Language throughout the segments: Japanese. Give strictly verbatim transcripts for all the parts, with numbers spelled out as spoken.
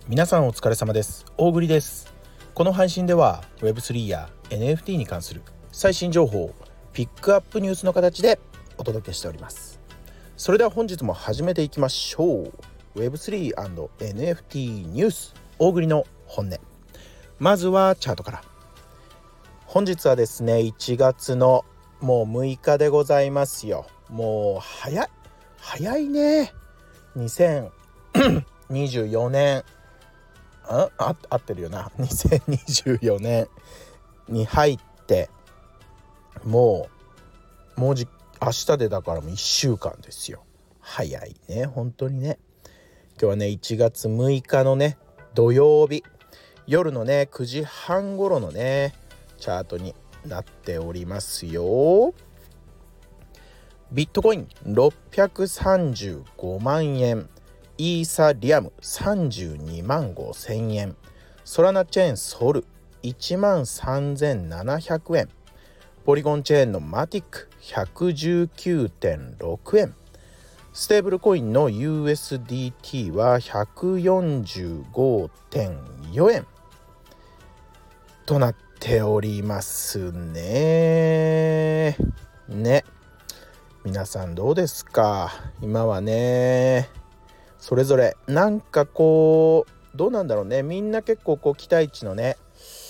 皆さんお疲れ様です。大栗です。この配信では ウェブスリー や エヌエフティー に関する最新情報をピックアップニュースの形でお届けしております。それでは本日も始めていきましょう。 ウェブスリー エヌエフティー ニュース大栗の本音。まずはチャートから。本日はですねいちがつのもうむいかでございますよ。もう早い早いね。にせんにじゅうよねんああ合ってるよな。にせんにじゅうよねんに入ってもうもうじ明日でだからもういっしゅうかんですよ。早いね本当にね。今日はねいちがつむいかのね土曜日夜のねくじはん頃のねチャートになっておりますよ。ビットコインろっぴゃくさんじゅうごまんえん、イーサリアムさんじゅうにまんごせんえん、ソラナチェーンソルいちまんさんぜんななひゃくえん、ポリゴンチェーンのマティック ひゃくじゅうきゅうてんろくえん、ステーブルコインの ユーエスディーティー は ひゃくよんじゅうごてんよんえんとなっておりますね。ね、皆さんどうですか。今はねそれぞれなんかこうどうなんだろうね。みんな結構こう期待値のね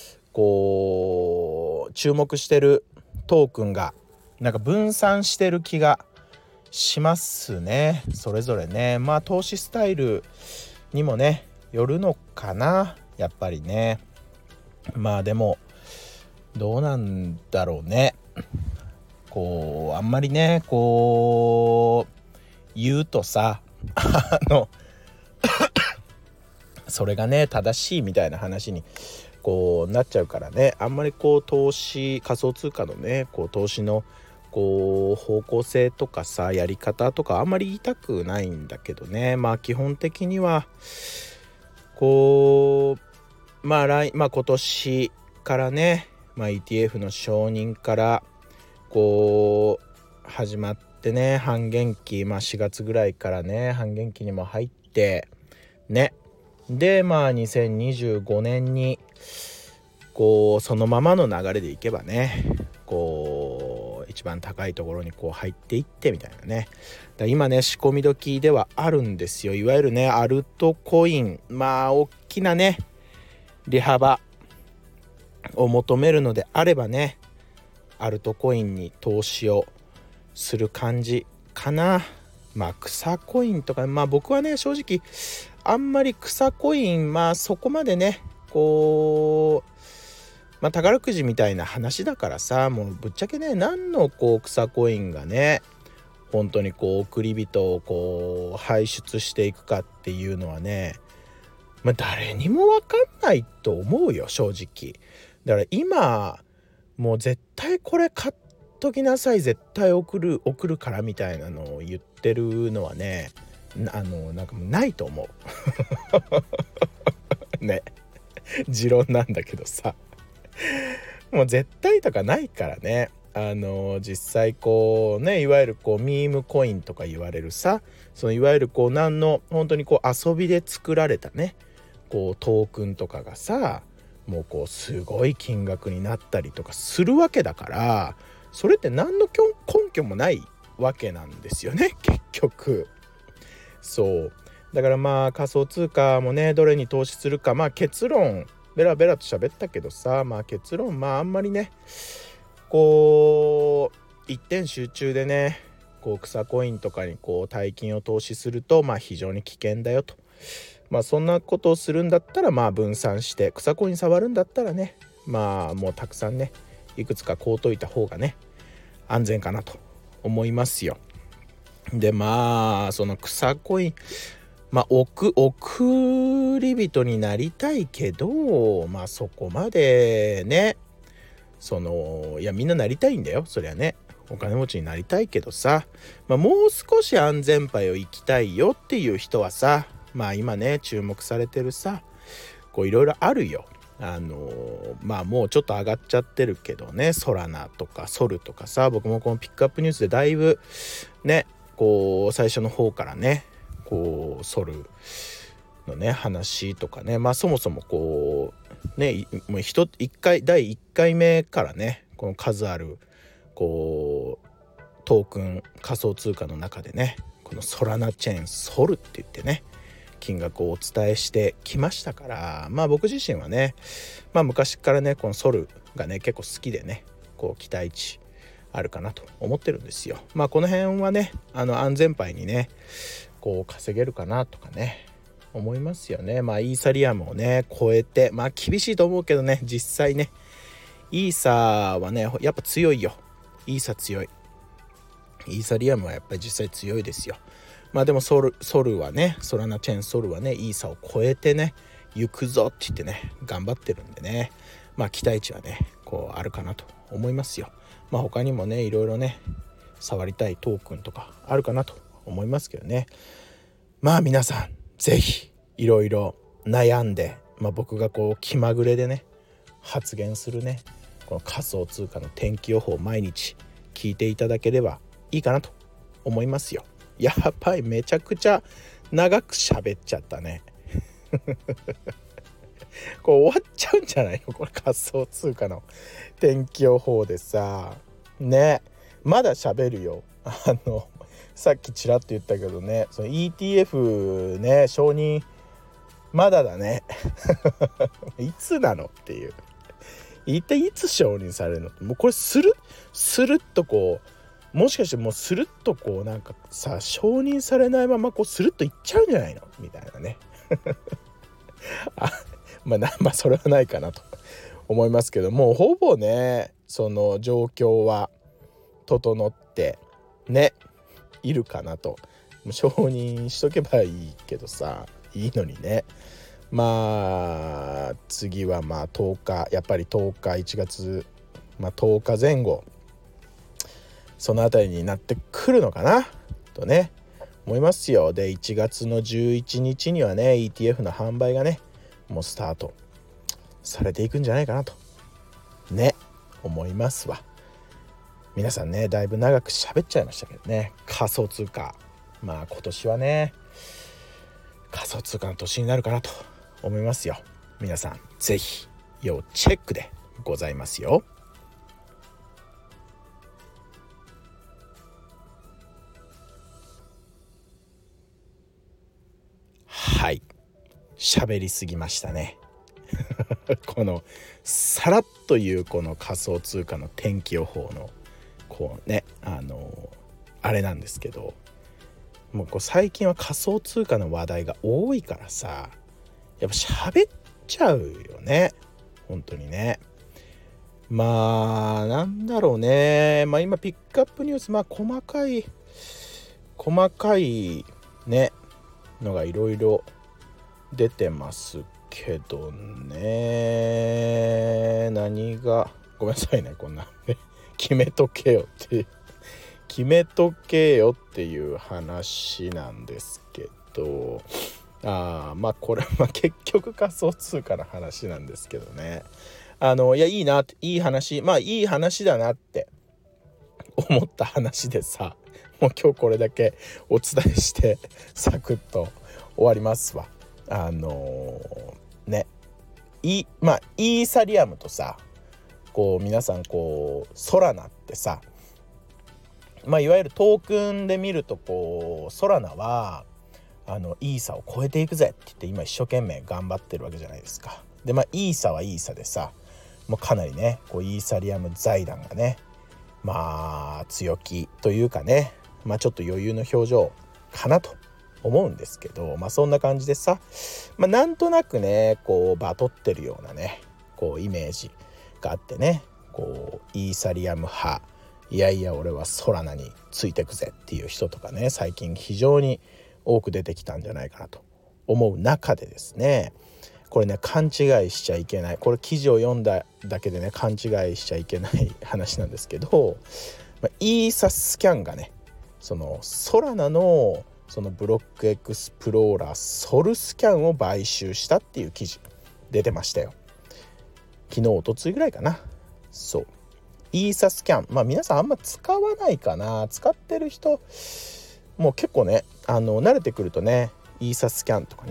こう注目してるトークンがなんか分散してる気がしますね。それぞれねまあ投資スタイルにもねよるのかなやっぱりね。まあでもどうなんだろうね。こうあんまりねこう言うとさあのそれがね正しいみたいな話にこうなっちゃうからね。あんまりこう投資仮想通貨のねこう投資のこう方向性とかさやり方とかあんまり言いたくないんだけどね。まあ基本的にはこうまあ来、まあ、今年からね、まあ、イーティーエフ の承認からこう始まってね半減期、まあしがつぐらいからね半減期にも入ってね。でまあにせんにじゅうごねんにこうそのままの流れでいけばねこう一番高いところにこう入っていってみたいなね。だ今ね仕込み時ではあるんですよ。いわゆるねアルトコイン、まあ大きなね利幅を求めるのであればねアルトコインに投資をする感じかな。まあ草コインとかまあ僕はね正直あんまり草コインまあそこまでねこうまあ宝くじみたいな話だからさもうぶっちゃけね何のこう草コインがね本当にこう送り人をこう輩出していくかっていうのはねまあ誰にも分かんないと思うよ正直。だから今もう絶対これ買っときなさい絶対送る送るからみたいなのを言ってるのはねあのなんかもうないと思うね持論なんだけどさもう絶対とかないからね。あの実際こうねいわゆるこうミームコインとか言われるさそのいわゆるこう何の本当にこう遊びで作られたねこうトークンとかがさもうこうすごい金額になったりとかするわけだからそれって何の根拠もないわけなんですよね結局。そうだからまあ仮想通貨もねどれに投資するかまあ結論ベラベラと喋ったけどさまあ結論まああんまりねこう一点集中でねこう草コインとかにこう大金を投資するとまあ非常に危険だよと。まあそんなことをするんだったらまあ分散して草コイン触るんだったらねまあもうたくさんねいくつか買うといた方がね安全かなと思いますよ。でまあその草コインまあ送り人になりたいけどまあそこまでねそのいやみんななりたいんだよそりゃねお金持ちになりたいけどさ、まあ、もう少し安全牌を行きたいよっていう人はさまあ今ね注目されてるさこういろいろあるよ。あのまあもうちょっと上がっちゃってるけどねソラナとかソルとかさ僕もこのピックアップニュースでだいぶねこう最初の方からねこうソルのね話とかね、まあそもそもこうねもう一回だいいっかいめからねこの数あるこうトークン仮想通貨の中でねこのソラナチェーンソルって言ってね金額をお伝えしてきましたから、まあ僕自身はねまあ昔からねこのソルがね結構好きでねこう期待値あるかなと思ってるんですよ。まあこの辺はねあの安全牌にねこう稼げるかなとかね思いますよね。まあイーサリアムをね超えて、まあ厳しいと思うけどね実際ねイーサはねやっぱ強いよ。イーサ強い。イーサリアムはやっぱり実際強いですよ。まあでもソル、ソルはねソラナチェーンソルはねイーサを超えてね行くぞって言ってね頑張ってるんでね、まあ期待値はねこうあるかなと思いますよ。まあ他にもねいろいろね触りたいトークンとかあるかなと思いますけどね。まあ皆さんぜひいろいろ悩んで、まあ、僕がこう気まぐれでね発言するねこの仮想通貨の天気予報を毎日聞いていただければいいかなと思いますよ。やっぱりめちゃくちゃ長く喋っちゃったねこれ終わっちゃうんじゃないのこれ仮想通貨の天気予報でさね。まだ喋るよ。あのさっきちらっと言ったけどねその イーティーエフ ね承認まだだねいつなのっていう一体いつ承認されるの。もうこれスルッスルッとこうもしかしてもうスルッとこうなんかさ承認されないままこうスルッといっちゃうんじゃないのみたいなねあまあなまあそれはないかなと思いますけどもうほぼねその状況は整ってねいるかなと。承認しとけばいいけどさいいのにね。まあ次はまあとおかやっぱりとおかいちがつ、まあ、とおかぜん後そのあたりになってくるのかなとね思いますよ。でいちがつのじゅういちにちにはね イーティーエフ の販売がねもうスタートされていくんじゃないかなとね思いますわ。皆さんねだいぶ長く喋っちゃいましたけどね仮想通貨まあ今年はね仮想通貨の年になるかなと思いますよ。皆さんぜひ要チェックでございますよ。はい喋りすぎましたねこのさらっというこの仮想通貨の天気予報のこうねあのあれなんですけどもうこう最近は仮想通貨の話題が多いからさやっぱ喋っちゃうよね本当にね。まあなんだろうねまあ今ピックアップニュースまあ細かい細かいねのがいろいろ出てますけどね何がごめんなさいねこんな決めとけよっていう決めとけよっていう話なんですけどあまあこれは結局仮想通貨の話なんですけどねあのいやいいなっていい話まあいい話だなって思った話でさもう今日これだけお伝えしてサクッと終わりますわ。あのー、ねいまあイーサリアムとさこう皆さんこうソラナってさまあいわゆるトークンで見るとこうソラナはあのイーサを超えていくぜって言って今一生懸命頑張ってるわけじゃないですか。でまあイーサはイーサでさもうかなりねこうイーサリアム財団がねまあ強気というかねまあちょっと余裕の表情かなと思うんですけどまあそんな感じでさまあなんとなくねこうバトってるようなねこうイメージがあってねこうイーサリアム派いやいや俺はソラナについてくぜっていう人とかね最近非常に多く出てきたんじゃないかなと思う中でですねこれね勘違いしちゃいけないこれ記事を読んだだけでね勘違いしちゃいけない話なんですけど、まあ、イーサスキャンがねそのソラナのそのブロックエクスプローラーソルスキャンを買収したっていう記事出てましたよ。昨日おとついぐらいかな。そうイーサスキャンまあ皆さんあんま使わないかな使ってる人もう結構ねあの慣れてくるとねイーサスキャンとかね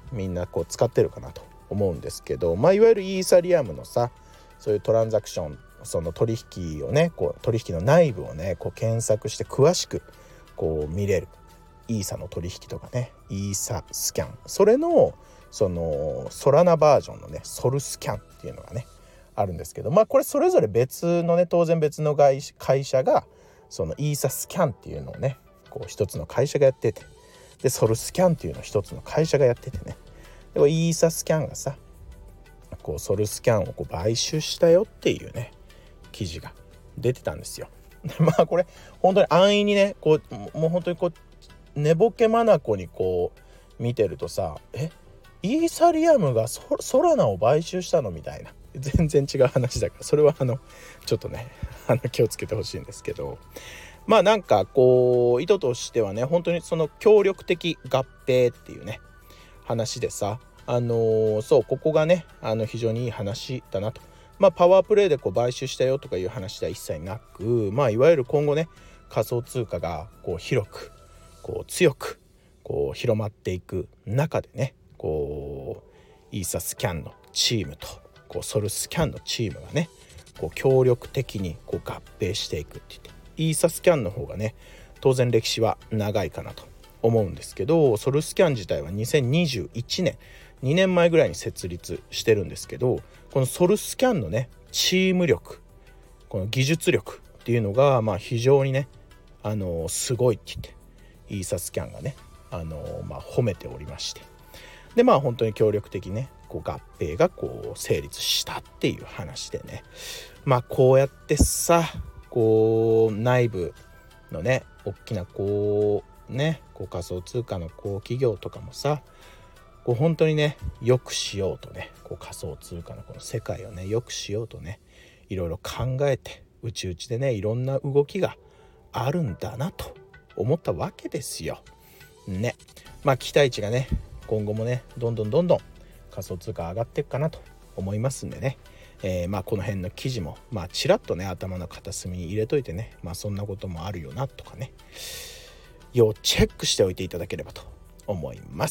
みんなこう使ってるかなと思うんですけど、まあいわゆるイーサリアムのさ、そういうトランザクション、その取引をね、こう取引の内部をねこう検索して詳しくこう見れるイーサの取引とかね、イーサスキャン、それのそのソラナバージョンのねソルスキャンっていうのがねあるんですけど、まあこれそれぞれ別のね、当然別の会社がそのイーサスキャンっていうのをねこう一つの会社がやってて、でソルスキャンっていうのを一つの会社がやっててね、でイーサスキャンがさこうソルスキャンをこう買収したよっていうね記事が出てたんですよ。まあこれ本当に安易にねこうもう本当にこう寝ぼけまなこにこう見てるとさ、えイーサリアムが ソ, ソラナを買収したのみたいな、全然違う話だから、それはあのちょっとねあの気をつけてほしいんですけど、まあなんかこう意図としてはね本当にその協力的合併っていうね話でさ、あのー、そうここがねあの非常にいい話だなと。まあパワープレイでこう買収したよとかいう話では一切なく、まあいわゆる今後ね仮想通貨がこう広くこう強くこう広まっていく中でね、こうイーサスキャンのチームとこうソルスキャンのチームがねこう協力的にこう合併していくって言って、イーサスキャンの方がね当然歴史は長いかなと思うんですけど、ソルスキャン自体はにせんにじゅういちねんにねんまえぐらいに設立してるんですけど、このソルスキャンのねチーム力、この技術力っていうのがまあ非常にねあのすごいって言ってイーサスキャンがねあのまあ褒めておりまして、でまあ本当に協力的にねこう合併がこう成立したっていう話でね、まあこうやってさこう内部のね大きなこうねこう仮想通貨のこう企業とかもさこう本当にね良くしようとねこう仮想通貨のこの世界をね良くしようとねいろいろ考えてうちうちでねいろんな動きがあるんだなと思ったわけですよね。まあ期待値がね今後もねどんどんどんどん仮想通貨上がっていくかなと思いますんでね、えー、まあこの辺の記事もまあちらっとね頭の片隅に入れといてね、まあそんなこともあるよなとかね要チェックしておいていただければと思います。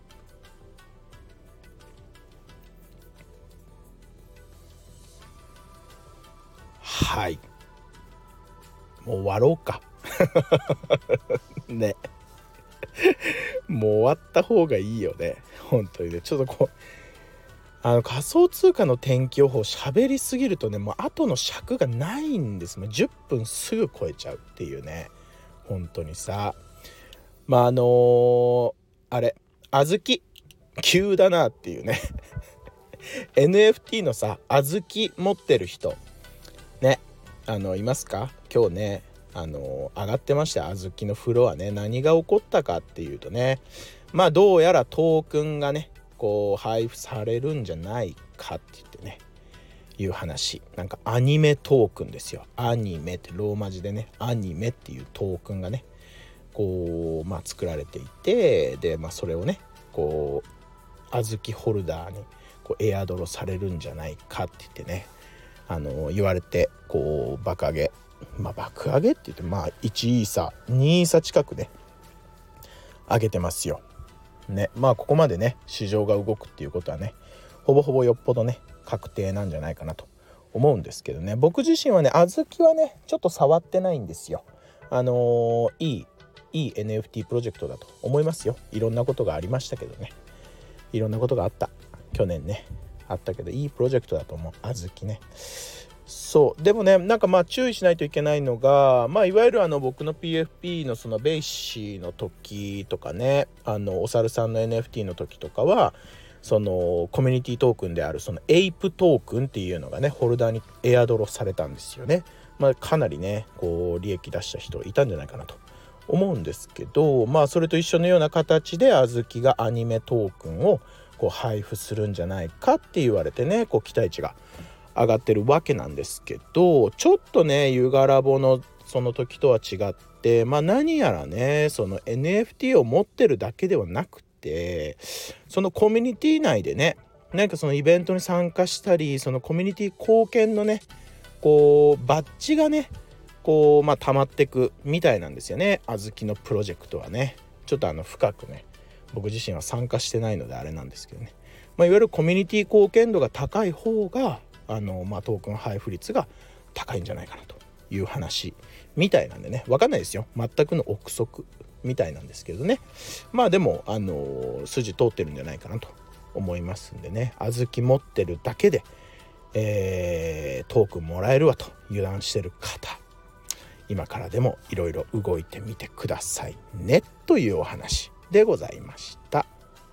はい、もう終わろうかねもう終わった方がいいよね本当にね。ちょっとこうあの仮想通貨の天気予報喋りすぎるとねもう後の尺がないんです。もうじゅっぷんすぐ超えちゃうっていうね本当にさ。まああのー、あれあずき急だなっていうねエヌエフティー のさあずき持ってる人ねあのいますか？今日ねあの上がってました。あずきのフロアね、何が起こったかっていうとね、まあどうやらトークンがねこう配布されるんじゃないかって言ってねいう話。なんかアニメトークンですよ。アニメってローマ字でねアニメっていうトークンがねこうまあ作られていて、でまあそれをねこうあずきホルダーにこうエアドロされるんじゃないかって言ってねあの言われてこう爆上げ、まあ爆上げって言ってまあいちイーサにイーサ近くね上げてますよね。まあここまでね市場が動くっていうことはねほぼほぼよっぽどね確定なんじゃないかなと思うんですけどね。僕自身はねあずきはねちょっと触ってないんですよ。あのー、いいいい エヌエフティー プロジェクトだと思いますよ。いろんなことがありましたけどね、いろんなことがあった去年ねあったけどいいプロジェクトだと思うあずきね。そうでもねなんかまあ注意しないといけないのが、まあいわゆるあの僕の ピーエフピー のそのベイシーの時とかね、あのお猿さんの エヌエフティー の時とかはそのコミュニティトークンであるそのエイプトークンっていうのがねホルダーにエアドロされたんですよね。まあかなりねこう利益出した人いたんじゃないかなと思うんですけど、まあそれと一緒のような形であずきがアニメトークンをこう配布するんじゃないかって言われてねこう期待値が上がってるわけなんですけど、ちょっとねユガラボのその時とは違って、まあ何やらねその エヌエフティー を持ってるだけではなくてそのコミュニティ内でねなんかそのイベントに参加したりそのコミュニティ貢献のねこうバッジがねこうまあ溜まってくみたいなんですよね。あずきのプロジェクトはねちょっとあの深くね僕自身は参加してないのであれなんですけどね、まあ、いわゆるコミュニティ貢献度が高い方があの、まあ、トークン配布率が高いんじゃないかなという話みたいなんでね、分かんないですよ、全くの憶測みたいなんですけどね、まあでもあの筋通ってるんじゃないかなと思いますんでね、小豆持ってるだけで、えー、トークンもらえるわと油断してる方、今からでもいろいろ動いてみてくださいねというお話でございました。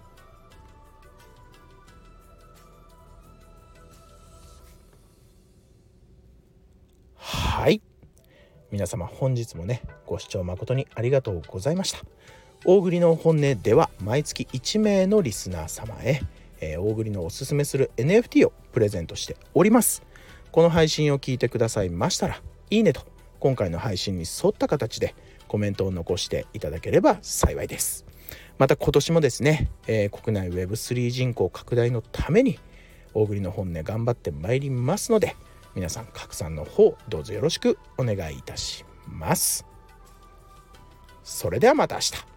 はい、皆様本日もねご視聴誠にありがとうございました。大栗の本音では毎月いち名のリスナー様へ、えー、大栗のおすすめする エヌエフティー をプレゼントしております。この配信を聞いてくださいましたらいいねと今回の配信に沿った形でコメントを残していただければ幸いです。また今年もですね、えー、国内 ウェブスリー 人口拡大のために大栗の本音頑張ってまいりますので、皆さん拡散の方どうぞよろしくお願いいたします。それではまた明日。